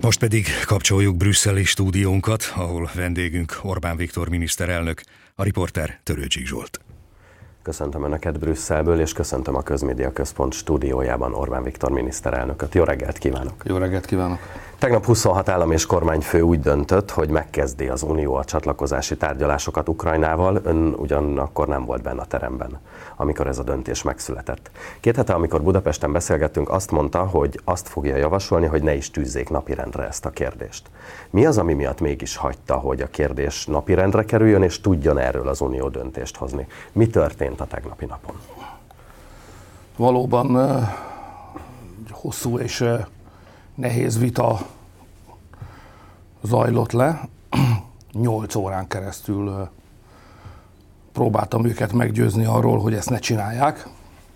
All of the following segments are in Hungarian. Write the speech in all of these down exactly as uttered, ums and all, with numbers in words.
Most pedig kapcsoljuk brüsszeli stúdiónkat, ahol vendégünk Orbán Viktor miniszterelnök, a riporter Törőcsik Zsolt. Köszöntöm Önöket Brüsszelből, és köszöntöm a Közmédia Központ stúdiójában Orbán Viktor miniszterelnököt. Jó reggelt kívánok! Jó reggelt kívánok! Tegnap huszonhat állam és kormányfő úgy döntött, hogy megkezdi az Unió a csatlakozási tárgyalásokat Ukrajnával, ön ugyanakkor nem volt benne a teremben, amikor ez a döntés megszületett. Két hete, amikor Budapesten beszélgettünk, azt mondta, hogy azt fogja javasolni, hogy ne is tűzzék napirendre ezt a kérdést. Mi az, ami miatt mégis hagyta, hogy a kérdés napirendre kerüljön, és tudjon erről az Unió döntést hozni? Mi történt a tegnapi napon? Valóban uh, hosszú és uh, nehéz vita zajlott le. Nyolc órán keresztül uh, próbáltam őket meggyőzni arról, hogy ezt ne csinálják.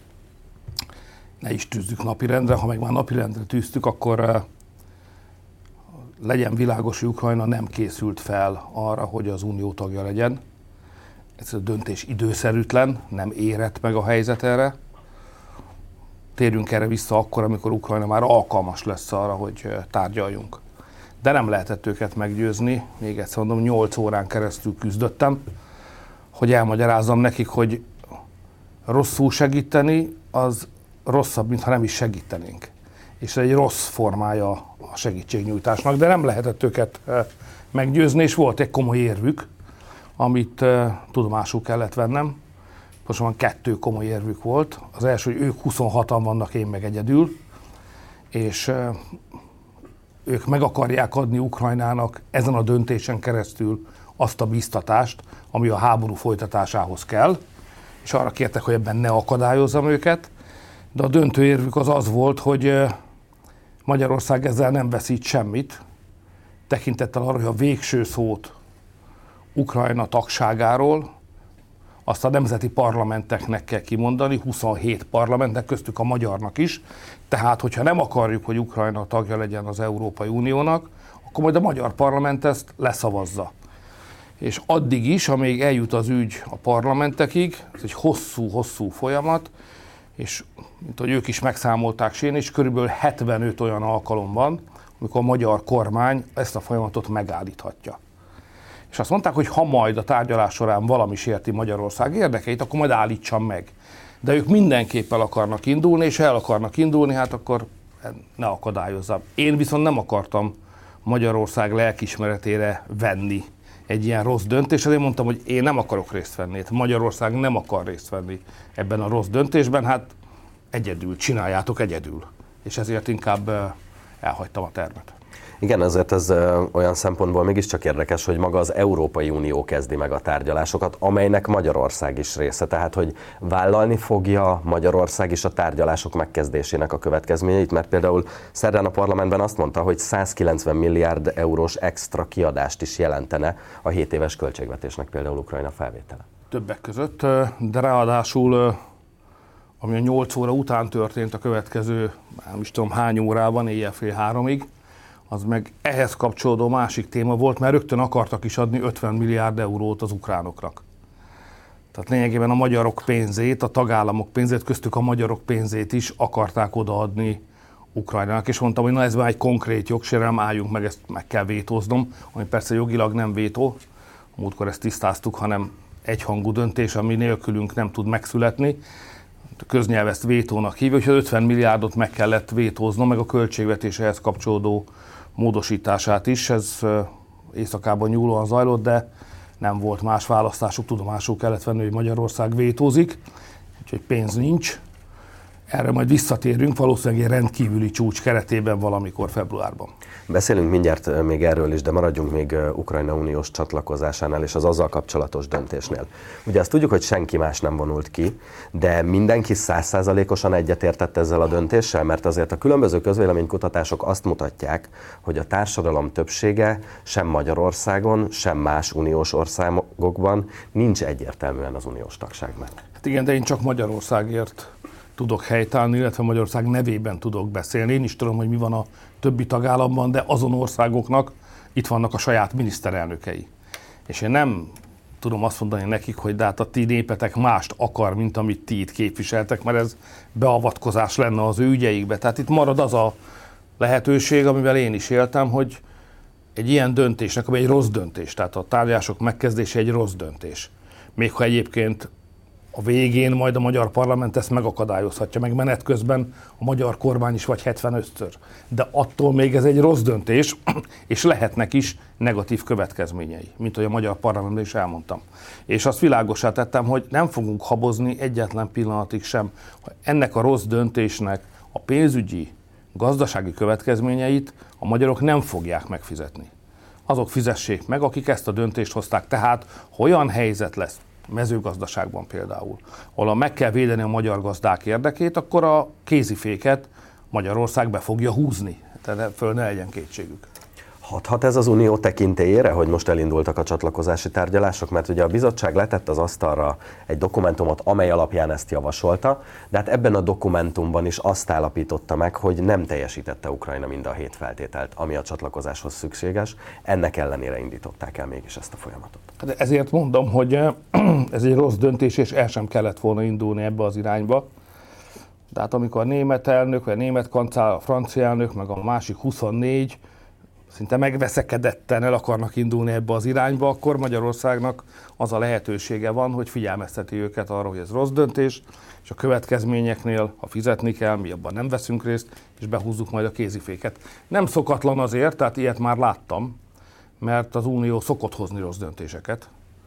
Ne is tűzzük napirendre. Ha meg már napirendre tűztük, akkor uh, legyen világos, hogy Ukrajna nem készült fel arra, hogy az Unió tagja legyen. Ez a döntés időszerűtlen, nem érett meg a helyzet erre. Térjünk erre vissza akkor, amikor Ukrajna már alkalmas lesz arra, hogy tárgyaljunk. De nem lehetett őket meggyőzni, még egyszer mondom, nyolc órán keresztül küzdöttem, hogy elmagyarázzam nekik, hogy rosszul segíteni, az rosszabb, mintha nem is segítenénk. És ez egy rossz formája a segítségnyújtásnak, de nem lehetett őket meggyőzni, és volt egy komoly érvük, amit uh, tudomásul kellett vennem. Most már kettő komoly érvük volt. Az első, hogy ők huszonhatan vannak, én meg egyedül, és uh, ők meg akarják adni Ukrajnának ezen a döntésen keresztül azt a bíztatást, ami a háború folytatásához kell, és arra kértek, hogy ebben ne akadályozzam őket, de a döntő érvük az az volt, hogy uh, Magyarország ezzel nem veszít semmit, tekintettel arra, hogy a végső szót Ukrajna tagságáról azt a nemzeti parlamenteknek kell kimondani, huszonhét parlamentnek, köztük a magyarnak is. Tehát, hogyha nem akarjuk, hogy Ukrajna tagja legyen az Európai Uniónak, akkor majd a magyar parlament ezt leszavazza. És addig is, amíg eljut az ügy a parlamentekig, ez egy hosszú-hosszú folyamat, és mint hogy ők is megszámolták sén, és körülbelül hetvenöt olyan alkalom van, amikor a magyar kormány ezt a folyamatot megállíthatja. És azt mondták, hogy ha majd a tárgyalás során valami sérti Magyarország érdekeit, akkor majd állítsam meg. De ők mindenképp el akarnak indulni, és ha el akarnak indulni, hát akkor ne akadályozzam. Én viszont nem akartam Magyarország lelkiismeretére venni egy ilyen rossz döntést, ezért mondtam, hogy én nem akarok részt venni. Magyarország nem akar részt venni ebben a rossz döntésben, hát egyedül, csináljátok egyedül. És ezért inkább elhagytam a termet. Igen, ezért ez olyan szempontból mégiscsak érdekes, hogy maga az Európai Unió kezdi meg a tárgyalásokat, amelynek Magyarország is része. Tehát, hogy vállalni fogja Magyarország is a tárgyalások megkezdésének a következményeit, mert például szerdán a parlamentben azt mondta, hogy százkilencven milliárd eurós extra kiadást is jelentene a hét éves költségvetésnek például Ukrajna felvétele. Többek között, de ráadásul ami a nyolc óra után történt a következő, nem is tudom hány órában, éjjel fél háromig, az meg ehhez kapcsolódó másik téma volt, mert rögtön akartak is adni ötven milliárd eurót az ukránoknak. Tehát lényegében a magyarok pénzét, a tagállamok pénzét, köztük a magyarok pénzét is akarták odaadni Ukrajnának, és mondtam, hogy na ez már egy konkrét jogsérelem, álljunk meg, ezt meg kell vétóznom, ami persze jogilag nem vétó, múltkor ezt tisztáztuk, hanem egyhangú döntés, ami nélkülünk nem tud megszületni. A köznyelv ezt vétónak hívja, hogy az ötven milliárdot meg kellett vétóznom, meg a költségvetéshez kapcsolódó módosítását is, ez éjszakában nyúlóan zajlott, de nem volt más választásuk, tudomásul kellett venni, hogy Magyarország vétózik, úgyhogy pénz nincs. Erre majd visszatérünk, valószínűleg egy rendkívüli csúcs keretében valamikor februárban. Beszélünk mindjárt még erről is, de maradjunk még Ukrajna uniós csatlakozásánál és az azzal kapcsolatos döntésnél. Ugye azt tudjuk, hogy senki más nem vonult ki, de mindenki száz százalékosan egyetértett ezzel a döntéssel, mert azért a különböző közvéleménykutatások azt mutatják, hogy a társadalom többsége sem Magyarországon, sem más uniós országokban nincs egyértelműen az uniós tagság mellett. Hát igen, de én csak Magyarországért tudok helytállni, illetve Magyarország nevében tudok beszélni. Én is tudom, hogy mi van a többi tagállamban, de azon országoknak itt vannak a saját miniszterelnökei. És én nem tudom azt mondani nekik, hogy de hát a ti népetek mást akar, mint amit ti itt képviseltek, mert ez beavatkozás lenne az ő ügyeikbe. Tehát itt marad az a lehetőség, amivel én is éltem, hogy egy ilyen döntésnek, ami egy rossz döntés, tehát a tárgyalások megkezdése egy rossz döntés. Még ha egyébként a végén majd a magyar parlament ezt megakadályozhatja, meg menet közben a magyar kormány is vagy hetvenötször. De attól még ez egy rossz döntés, és lehetnek is negatív következményei, mint ahogy a magyar parlamentben is elmondtam. És azt világossá tettem, hogy nem fogunk habozni egyetlen pillanatig sem, hogy ennek a rossz döntésnek a pénzügyi, gazdasági következményeit a magyarok nem fogják megfizetni. Azok fizessék meg, akik ezt a döntést hozták. Tehát, ha olyan helyzet lesz, mezőgazdaságban például, ahol meg kell védeni a magyar gazdák érdekét, akkor a kéziféket Magyarország be fogja húzni. Tehát föl ne legyen kétségük. Hathat ez az unió tekintélyére, hogy most elindultak a csatlakozási tárgyalások? Mert ugye a bizottság letett az asztalra egy dokumentumot, amely alapján ezt javasolta, de hát ebben a dokumentumban is azt állapította meg, hogy nem teljesítette Ukrajna mind a hét feltételt, ami a csatlakozáshoz szükséges. Ennek ellenére indították el mégis ezt a folyamatot. De ezért mondom, hogy ez egy rossz döntés, és el sem kellett volna indulni ebbe az irányba. De hát amikor a német elnök, vagy a német kancellár, a francia elnök, meg a másik huszonnégy szinte megveszekedetten el akarnak indulni ebbe az irányba, akkor Magyarországnak az a lehetősége van, hogy figyelmezteti őket arra, hogy ez rossz döntés, és a következményeknél, ha fizetni kell, mi abban nem veszünk részt, és behúzzuk majd a kéziféket. Nem szokatlan azért, tehát ilyet már láttam, mert az Unió szokott hozni rossz döntéseket.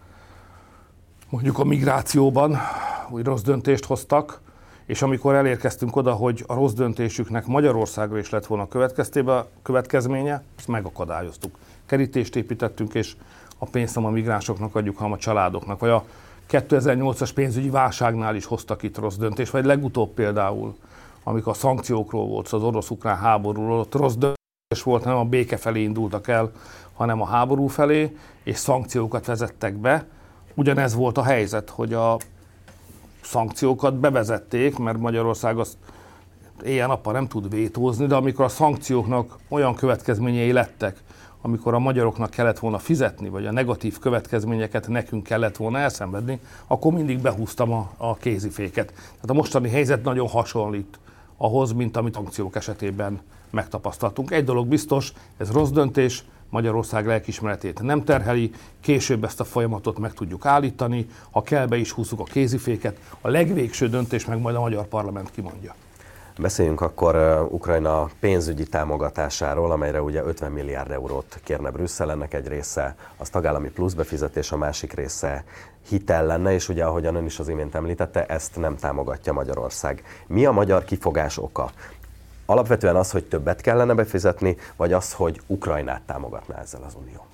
Mondjuk a migrációban úgy rossz döntést hoztak, és amikor elérkeztünk oda, hogy a rossz döntésüknek Magyarországra is lett volna a következménye, azt megakadályoztuk. Kerítést építettünk, és a pénzt nem a migránsoknak adjuk, hanem a családoknak. Vagy a kétezer-nyolcas pénzügyi válságnál is hoztak itt rossz döntést, vagy legutóbb például, amikor a szankciókról volt, az orosz-ukrán háborúról, ott rossz döntés volt, nem a béke felé indultak el, hanem a háború felé, és szankciókat vezettek be. Ugyanez volt a helyzet, hogy a szankciókat bevezették, mert Magyarország azt éjjel-nappal nem tud vétózni, de amikor a szankcióknak olyan következményei lettek, amikor a magyaroknak kellett volna fizetni, vagy a negatív következményeket nekünk kellett volna elszenvedni, akkor mindig behúztam a, a kéziféket. Tehát a mostani helyzet nagyon hasonlít ahhoz, mint amit szankciók esetében megtapasztaltunk. Egy dolog biztos, ez rossz döntés, Magyarország lelkiismeretét nem terheli, később ezt a folyamatot meg tudjuk állítani, ha kell, be is húzzuk a kéziféket, a legvégső döntés meg majd a magyar parlament kimondja. Beszéljünk akkor uh, Ukrajna pénzügyi támogatásáról, amelyre ugye ötven milliárd eurót kérne Brüsszel, ennek egy része az tagállami plusz befizetés, a másik része hitel lenne, és ugye ahogyan ön is az imént említette, ezt nem támogatja Magyarország. Mi a magyar kifogás oka? Alapvetően az, hogy többet kellene befizetni, vagy az, hogy Ukrajnát támogatná ezzel az Unió?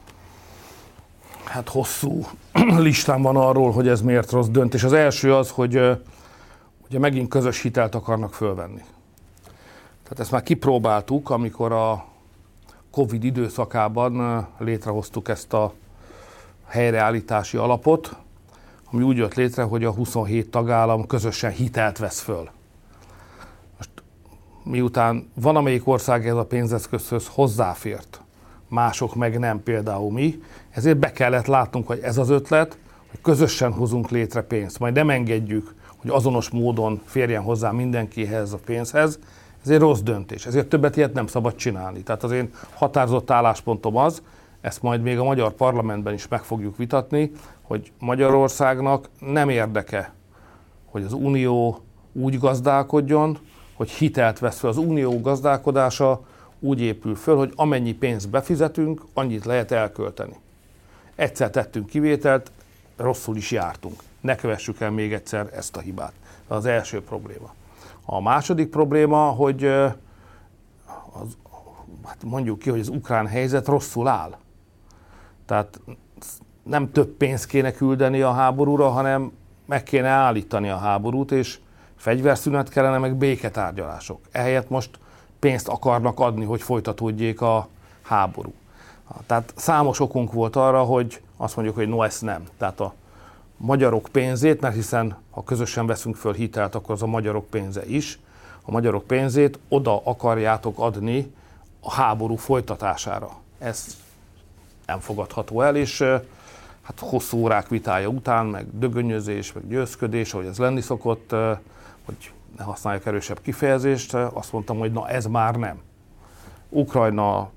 Hát hosszú listán van arról, hogy ez miért rossz döntés. Az első az, hogy ugye megint közös hitelt akarnak fölvenni. Tehát ezt már kipróbáltuk, amikor a Covid időszakában létrehoztuk ezt a helyreállítási alapot, ami úgy jött létre, hogy a huszonhét tagállam közösen hitelt vesz föl. Most miután van, amelyik ország ez a pénzeszközhöz hozzáfért, mások meg nem, például mi, ezért be kellett látnunk, hogy ez az ötlet, hogy közösen hozunk létre pénzt, majd nem engedjük, hogy azonos módon férjen hozzá mindenkihez a pénzhez, ez egy rossz döntés, ezért többet ilyet nem szabad csinálni. Tehát az én határozott álláspontom az, ezt majd még a magyar parlamentben is meg fogjuk vitatni, hogy Magyarországnak nem érdeke, hogy az Unió úgy gazdálkodjon, hogy hitelt vesz fel. Az Unió gazdálkodása úgy épül föl, hogy amennyi pénzt befizetünk, annyit lehet elkölteni. Egyszer tettünk kivételt, rosszul is jártunk. Ne kövessük el még egyszer ezt a hibát. Ez az első probléma. A második probléma, hogy az, hát mondjuk ki, hogy az ukrán helyzet rosszul áll. Tehát nem több pénzt kéne küldeni a háborúra, hanem meg kéne állítani a háborút, és fegyverszünet kellene, meg béketárgyalások. Ehelyett most pénzt akarnak adni, hogy folytatódjék a háború. Tehát számos okunk volt arra, hogy azt mondjuk, hogy no, ezt nem. Tehát a magyarok pénzét, mert hiszen ha közösen veszünk föl hitelt, akkor az a magyarok pénze is. A magyarok pénzét oda akarjátok adni a háború folytatására. Ez nem fogadható el, és hát hosszú órák vitája után, meg dögönyözés, meg győzködés, ahogy ez lenni szokott, hogy ne használjak erősebb kifejezést, azt mondtam, hogy na ez már nem. Ukrajna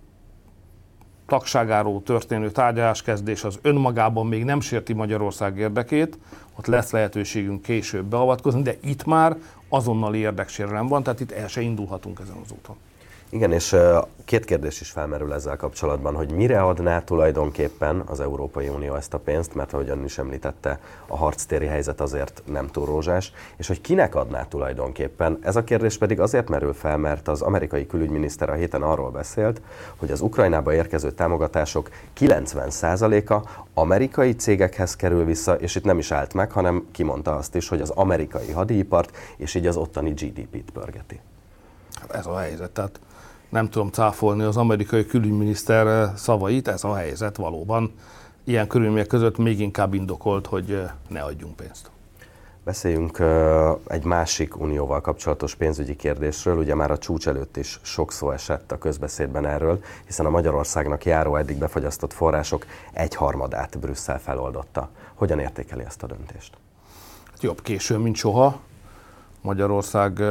tagságáról történő tárgyaláskezdés az önmagában még nem sérti Magyarország érdekét, ott lesz lehetőségünk később beavatkozni, de itt már azonnali érdeksérelem van, tehát itt el se indulhatunk ezen az úton. Igen, és két kérdés is felmerül ezzel kapcsolatban, hogy mire adná tulajdonképpen az Európai Unió ezt a pénzt, mert ahogy ön is említette, a harctéri helyzet azért nem túl rózsás, és hogy kinek adná tulajdonképpen. Ez a kérdés pedig azért merül fel, mert az amerikai külügyminiszter a héten arról beszélt, hogy az Ukrajnába érkező támogatások kilencven százaléka amerikai cégekhez kerül vissza, és itt nem is állt meg, hanem kimondta azt is, hogy az amerikai hadipart, és így az ottani gé dé pét pörgeti. Hát ez a helyzet, tehát nem tudom cáfolni az amerikai külügyminiszter szavait, ez a helyzet valóban. Ilyen körülmények között még inkább indokolt, hogy ne adjunk pénzt. Beszéljünk egy másik unióval kapcsolatos pénzügyi kérdésről, ugye már a csúcs előtt is sok szó esett a közbeszédben erről, hiszen a Magyarországnak járó eddig befagyasztott források egyharmadát Brüsszel feloldotta. Hogyan értékeli ezt a döntést? Hát jobb későn, mint soha. Magyarország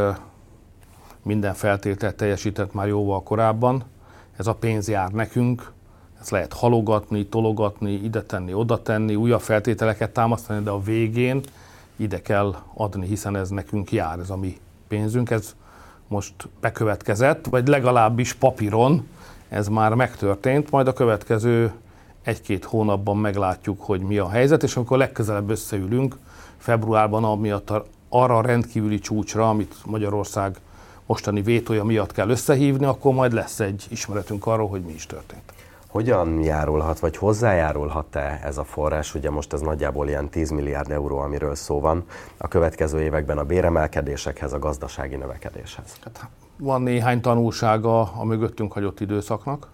minden feltételt teljesített már jóval korábban. Ez a pénz jár nekünk, ezt lehet halogatni, tologatni, ide tenni, oda tenni, újabb feltételeket támasztani, de a végén ide kell adni, hiszen ez nekünk jár, ez a mi pénzünk. Ez most bekövetkezett, vagy legalábbis papíron ez már megtörtént, majd a következő egy-két hónapban meglátjuk, hogy mi a helyzet, és amikor legközelebb összeülünk, februárban amiatt arra a rendkívüli csúcsra, amit Magyarország mostani vétója miatt kell összehívni, akkor majd lesz egy ismeretünk arról, hogy mi is történt. Hogyan járulhat, vagy hozzájárulhat-e ez a forrás? Ugye most ez nagyjából ilyen tíz milliárd euró, amiről szó van, a következő években a béremelkedésekhez, a gazdasági növekedéshez. Hát van néhány tanulsága a mögöttünk hagyott időszaknak.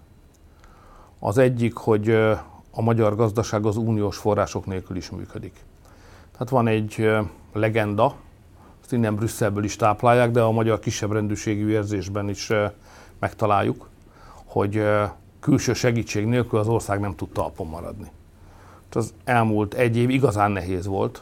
Az egyik, hogy a magyar gazdaság az uniós források nélkül is működik. Tehát van egy legenda, azt innen Brüsszelből is táplálják, de a magyar kisebb rendűségű érzésben is megtaláljuk, hogy külső segítség nélkül az ország nem tud talpon maradni. Az elmúlt egy év igazán nehéz volt.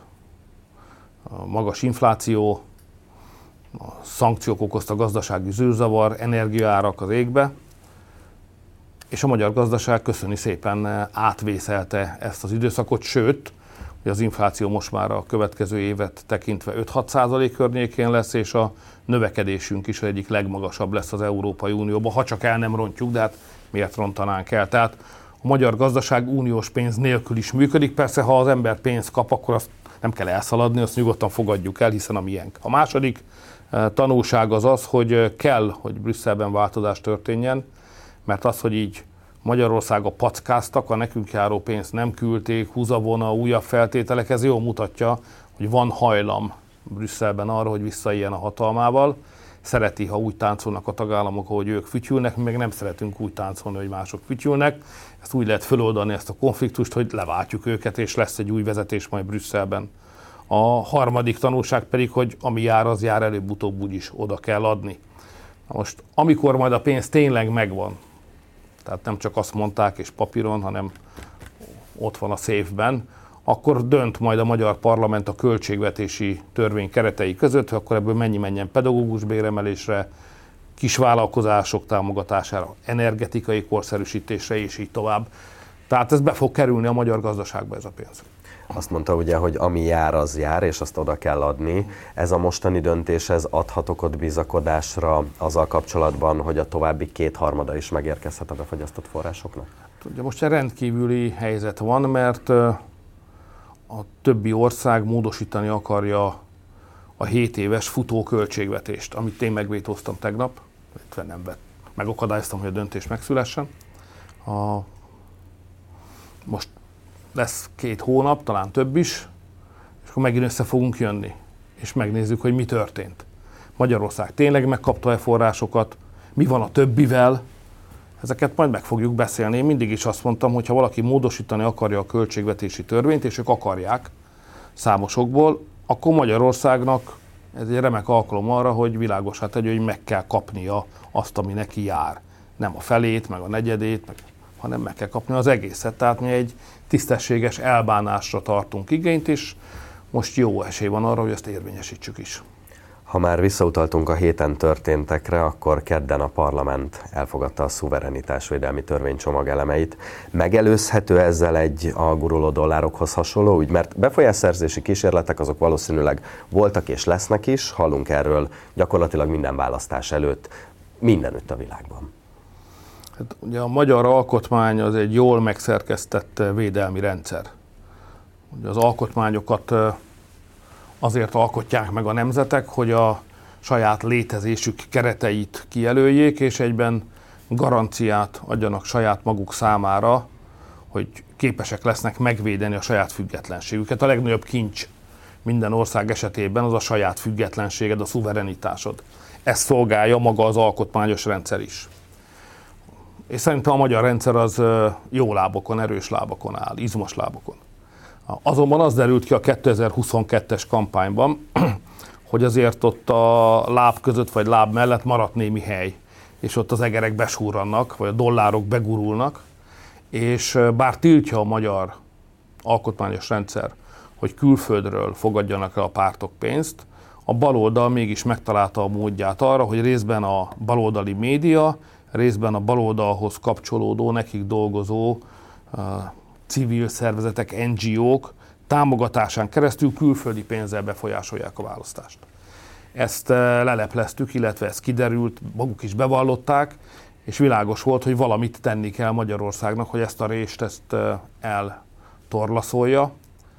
A magas infláció, a szankciók okozta gazdasági zűrzavar, energiaárak az égbe, és a magyar gazdaság köszöni szépen átvészelte ezt az időszakot, sőt, hogy az infláció most már a következő évet tekintve öt-hat százalék környékén lesz, és a növekedésünk is egyik legmagasabb lesz az Európai Unióban, ha csak el nem rontjuk, de hát miért rontanánk el? Tehát a magyar gazdaság uniós pénz nélkül is működik, persze ha az ember pénzt kap, akkor azt nem kell elszaladni, azt nyugodtan fogadjuk el, hiszen a miénk. A második tanulság az az, hogy kell, hogy Brüsszelben változás történjen, mert az, hogy így Magyarországa packáztak, a nekünk járó pénzt nem küldték, húzavona, újabb feltételek, ez jól mutatja, hogy van hajlam Brüsszelben arra, hogy visszaéljen a hatalmával. Szereti, ha úgy táncolnak a tagállamok, ahogy ők fütyülnek, mi meg nem szeretünk úgy táncolni, hogy mások fütyülnek. Ezt úgy lehet föloldani, ezt a konfliktust, hogy leváltjuk őket, és lesz egy új vezetés majd Brüsszelben. A harmadik tanulság pedig, hogy ami jár, az jár, előbb-utóbb úgyis oda kell adni. Na most, amikor majd a pénz tényleg megvan, tehát nem csak azt mondták és papíron, hanem ott van a széfben, akkor dönt majd a magyar parlament a költségvetési törvény keretei között, hogy akkor ebből mennyi menjen pedagógus béremelésre, kisvállalkozások támogatására, energetikai korszerűsítésre és így tovább. Tehát ez be fog kerülni a magyar gazdaságba ez a pénz. Azt mondta ugye, hogy ami jár, az jár, és azt oda kell adni. Ez a mostani döntés, ez adhat okot bizakodásra azzal kapcsolatban, hogy a további kétharmada is megérkezhet a befagyasztott forrásoknak? Ugye most egy rendkívüli helyzet van, mert a többi ország módosítani akarja a hét éves futó költségvetést, amit én megvétóztam tegnap, illetve nem vett. Megakadályoztam, hogy a döntés megszülessen. A, most lesz két hónap, talán több is, és akkor megint össze fogunk jönni, és megnézzük, hogy mi történt. Magyarország tényleg megkapta-e forrásokat, mi van a többivel, ezeket majd meg fogjuk beszélni. Én mindig is azt mondtam, hogy ha valaki módosítani akarja a költségvetési törvényt, és ők akarják számosokból, akkor Magyarországnak ez egy remek alkalom arra, hogy világosá tegye, hogy meg kell kapnia azt, ami neki jár. Nem a felét, meg a negyedét, meg, hanem meg kell kapnia az egészet. Tehát mi egy tisztességes elbánásra tartunk igényt, és most jó esély van arra, hogy ezt érvényesítsük is. Ha már visszautaltunk a héten történtekre, akkor kedden a parlament elfogadta a szuverenitásvédelmi törvénycsomag elemeit. Megelőzhető ezzel egy a guruló dollárokhoz hasonló ügy? Mert befolyásszerzési kísérletek azok valószínűleg voltak és lesznek is, hallunk erről gyakorlatilag minden választás előtt, mindenütt a világban. Hát ugye a magyar alkotmány az egy jól megszerkesztett védelmi rendszer. Ugye az alkotmányokat azért alkotják meg a nemzetek, hogy a saját létezésük kereteit kijelöljék, és egyben garanciát adjanak saját maguk számára, hogy képesek lesznek megvédeni a saját függetlenségüket. A legnagyobb kincs minden ország esetében az a saját függetlenséged, a szuverenitásod. Ezt szolgálja maga az alkotmányos rendszer is. És szerintem a magyar rendszer az jó lábokon, erős lábokon áll, izmos lábokon. Azonban az derült ki a kétezer-huszonkettes kampányban, hogy azért ott a láb között vagy láb mellett maradt némi hely, és ott az egerek besúrrannak, vagy a dollárok begurulnak, és bár tiltja a magyar alkotmányos rendszer, hogy külföldről fogadjanak el a pártok pénzt, a baloldal mégis megtalálta a módját arra, hogy részben a baloldali média, részben a baloldalhoz kapcsolódó, nekik dolgozó civil szervezetek, en gé ók támogatásán keresztül külföldi pénzzel befolyásolják a választást. Ezt lelepleztük, illetve ez kiderült, maguk is bevallották, és világos volt, hogy valamit tenni kell Magyarországnak, hogy ezt a rést ezt eltorlaszolja.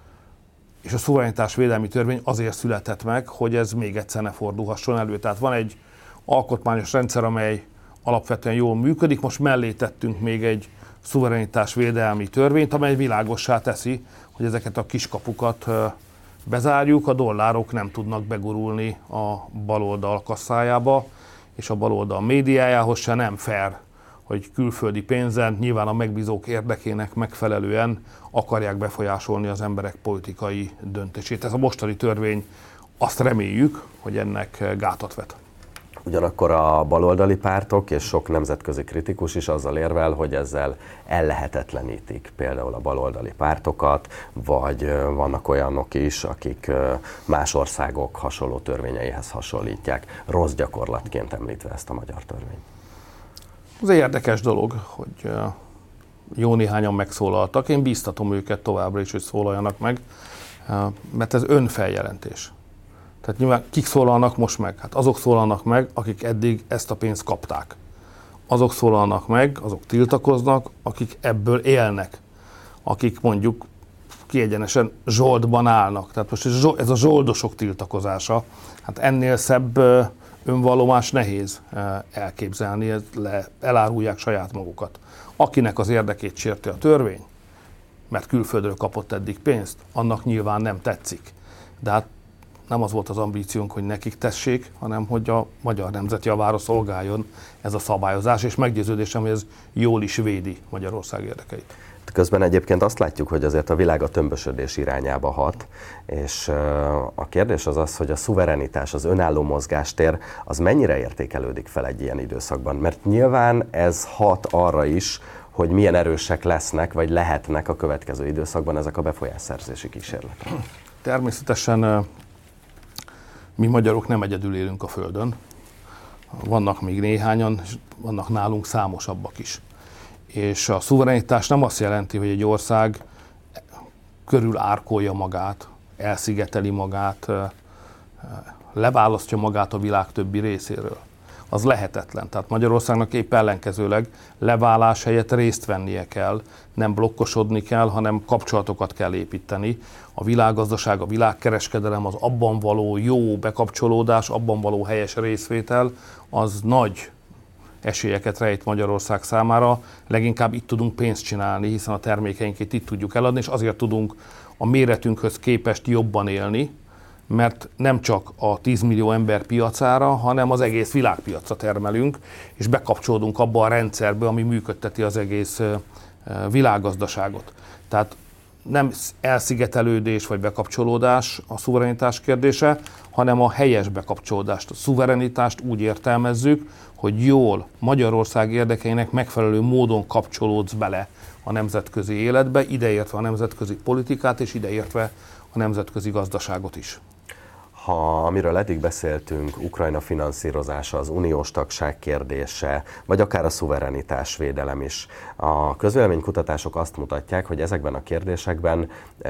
És a szuverenitásvédelmi törvény azért született meg, hogy ez még egyszer ne fordulhasson elő. Tehát van egy alkotmányos rendszer, amely alapvetően jól működik, most mellé tettünk még egy szuverenitásvédelmi törvényt, amely világossá teszi, hogy ezeket a kiskapukat bezárjuk, a dollárok nem tudnak begurulni a baloldal kasszájába, és a baloldal médiájához se nem fair, hogy külföldi pénzen, nyilván a megbízók érdekének megfelelően akarják befolyásolni az emberek politikai döntését. Ez a mostani törvény, azt reméljük, hogy ennek gátat vet. Ugyanakkor a baloldali pártok és sok nemzetközi kritikus is azzal érvel, hogy ezzel ellehetetlenítik például a baloldali pártokat, vagy vannak olyanok is, akik más országok hasonló törvényeihez hasonlítják, rossz gyakorlatként említve ezt a magyar törvényt. Ez egy érdekes dolog, hogy jó néhányan megszólaltak. Én bíztatom őket továbbra is, hogy szólaljanak meg, mert ez önfeljelentés. Tehát nyilván kik szólalnak most meg? Hát azok szólalnak meg, akik eddig ezt a pénzt kapták. Azok szólalnak meg, azok tiltakoznak, akik ebből élnek. Akik mondjuk kiegyenesen zsoldban állnak. Tehát most ez a zsoldosok tiltakozása. Hát ennél szebb önvallomás nehéz elképzelni, le, elárulják saját magukat. Akinek az érdekét sérti a törvény, mert külföldről kapott eddig pénzt, annak nyilván nem tetszik. De hát nem az volt az ambíciónk, hogy nekik tessék, hanem hogy a magyar nemzet javára szolgáljon ez a szabályozás, és meggyőződésem, hogy ez jól is védi Magyarország érdekeit. Közben egyébként azt látjuk, hogy azért a világ a tömbösödés irányába hat, és a kérdés az az, hogy a szuverenitás, az önálló mozgástér, az mennyire értékelődik fel egy ilyen időszakban? Mert nyilván ez hat arra is, hogy milyen erősek lesznek, vagy lehetnek a következő időszakban ezek a befolyásszerzési kísérletek. Természetesen mi magyarok nem egyedül élünk a Földön. Vannak még néhányan, és vannak nálunk számosabbak is. És a szuverenitás nem azt jelenti, hogy egy ország körül árkolja magát, elszigeteli magát, leválasztja magát a világ többi részéről. Az lehetetlen. Tehát Magyarországnak épp ellenkezőleg leválás helyett részt vennie kell, nem blokkosodni kell, hanem kapcsolatokat kell építeni. A világgazdaság, a világkereskedelem, az abban való jó bekapcsolódás, abban való helyes részvétel, az nagy esélyeket rejt Magyarország számára. Leginkább itt tudunk pénzt csinálni, hiszen a termékeinket itt tudjuk eladni, és azért tudunk a méretünkhöz képest jobban élni, mert nem csak a tíz millió ember piacára, hanem az egész világpiacra termelünk, és bekapcsolódunk abba a rendszerbe, ami működteti az egész világgazdaságot. Tehát nem elszigetelődés vagy bekapcsolódás a szuverenitás kérdése, hanem a helyes bekapcsolódást. A szuverenitást úgy értelmezzük, hogy jól Magyarország érdekeinek megfelelő módon kapcsolódsz bele a nemzetközi életbe, ideértve a nemzetközi politikát és ideértve a nemzetközi gazdaságot is. Ha amiről eddig beszéltünk, Ukrajna finanszírozása, az uniós tagság kérdése, vagy akár a szuverenitásvédelem is, a közvéleménykutatások azt mutatják, hogy ezekben a kérdésekben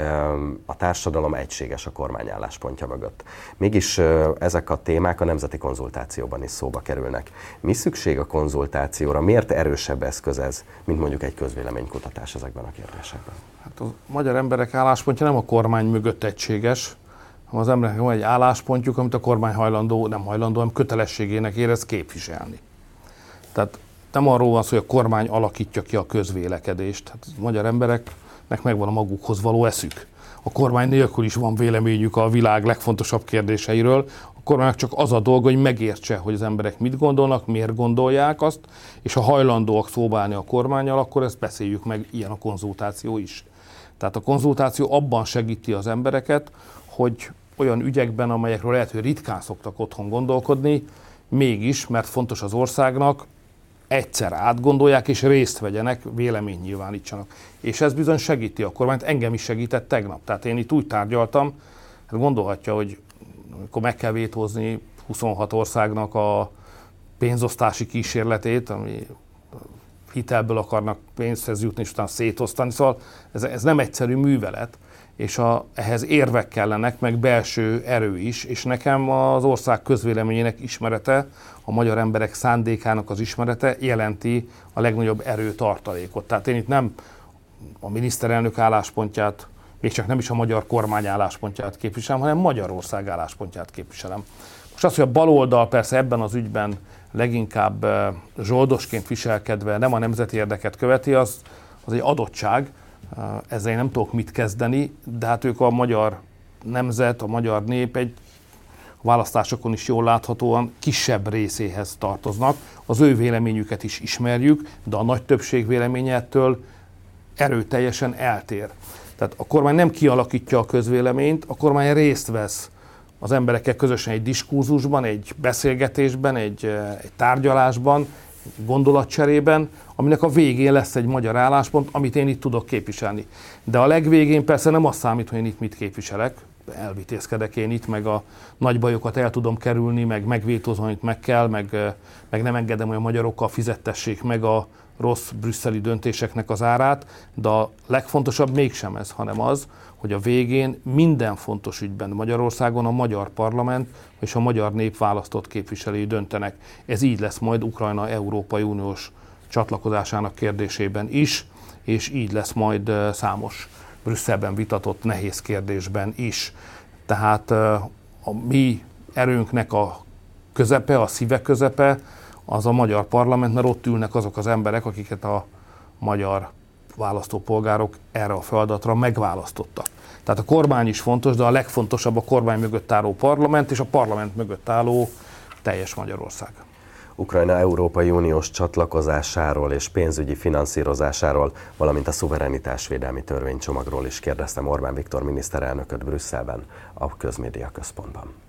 a társadalom egységes a kormány álláspontja mögött. Mégis ezek a témák a nemzeti konzultációban is szóba kerülnek. Mi szükség a konzultációra? Miért erősebb eszköz ez, mint mondjuk egy közvéleménykutatás ezekben a kérdésekben? Hát a magyar emberek álláspontja nem a kormány mögött egységes, az embereknek van egy álláspontjuk, amit a kormány hajlandó, nem hajlandó, hanem kötelességének érez képviselni. Tehát nem arról van szó, hogy a kormány alakítja ki a közvélekedést. Hát a magyar embereknek megvan a magukhoz való eszük. A kormány nélkül is van véleményük a világ legfontosabb kérdéseiről. A kormánynak csak az a dolga, hogy megértse, hogy az emberek mit gondolnak, miért gondolják azt, és ha hajlandóak szóba állni a kormánnyal, akkor ezt beszéljük meg, ilyen a konzultáció is. Tehát a konzultáció abban segíti az embereket, hogy olyan ügyekben, amelyekről lehet, hogy ritkán szoktak otthon gondolkodni, mégis, mert fontos az országnak, egyszer átgondolják és részt vegyenek, véleményt nyilvánítsanak. És ez bizony segíti a kormányt, engem is segített tegnap. Tehát én itt úgy tárgyaltam, hát gondolhatja, hogy amikor meg kell vétózni huszonhat országnak a pénzosztási kísérletét, ami hitelből akarnak pénzhez jutni, és utána szétosztani. Szóval ez, ez nem egyszerű művelet, és a, ehhez érvek kellenek, meg belső erő is, és nekem az ország közvéleményének ismerete, a magyar emberek szándékának az ismerete jelenti a legnagyobb erőtartalékot. Tehát én itt nem a miniszterelnök álláspontját, még csak nem is a magyar kormány álláspontját képviselem, hanem Magyarország álláspontját képviselem. Most az, hogy a baloldal persze ebben az ügyben leginkább zsoldosként viselkedve nem a nemzeti érdeket követi, az, az egy adottság, ezzel én nem tudok mit kezdeni, de hát ők a magyar nemzet, a magyar nép egy a választásokon is jól láthatóan kisebb részéhez tartoznak. Az ő véleményüket is ismerjük, de a nagy többség véleménye ettől erőteljesen eltér. Tehát a kormány nem kialakítja a közvéleményt, a kormány részt vesz az emberekkel közösen egy diskurzusban, egy beszélgetésben, egy, egy tárgyalásban, egy gondolatcserében, aminek a végén lesz egy magyar álláspont, amit én itt tudok képviselni. De a legvégén persze nem az számít, hogy én itt mit képviselek, elvitézkedek én itt, meg a nagy bajokat el tudom kerülni, meg megvétózom, amit meg kell, meg, meg nem engedem, hogy a magyarokkal fizettessék meg a rossz brüsszeli döntéseknek az árát, de a legfontosabb mégsem ez, hanem az, hogy a végén minden fontos ügyben Magyarországon a magyar parlament és a magyar nép választott képviselői döntenek. Ez így lesz majd Ukrajna Európai Uniós csatlakozásának kérdésében is, és így lesz majd számos Brüsszelben vitatott nehéz kérdésben is. Tehát a mi erőnknek a közepe, a szíve közepe, az a magyar parlament, mert ott ülnek azok az emberek, akiket a magyar választópolgárok erre a feladatra megválasztottak. Tehát a kormány is fontos, de a legfontosabb a kormány mögött álló parlament, és a parlament mögött álló teljes Magyarország. Ukrajna Európai Uniós csatlakozásáról és pénzügyi finanszírozásáról, valamint a szuverenitásvédelmi törvénycsomagról is kérdeztem Orbán Viktor miniszterelnököt Brüsszelben, a Közmédia Központban.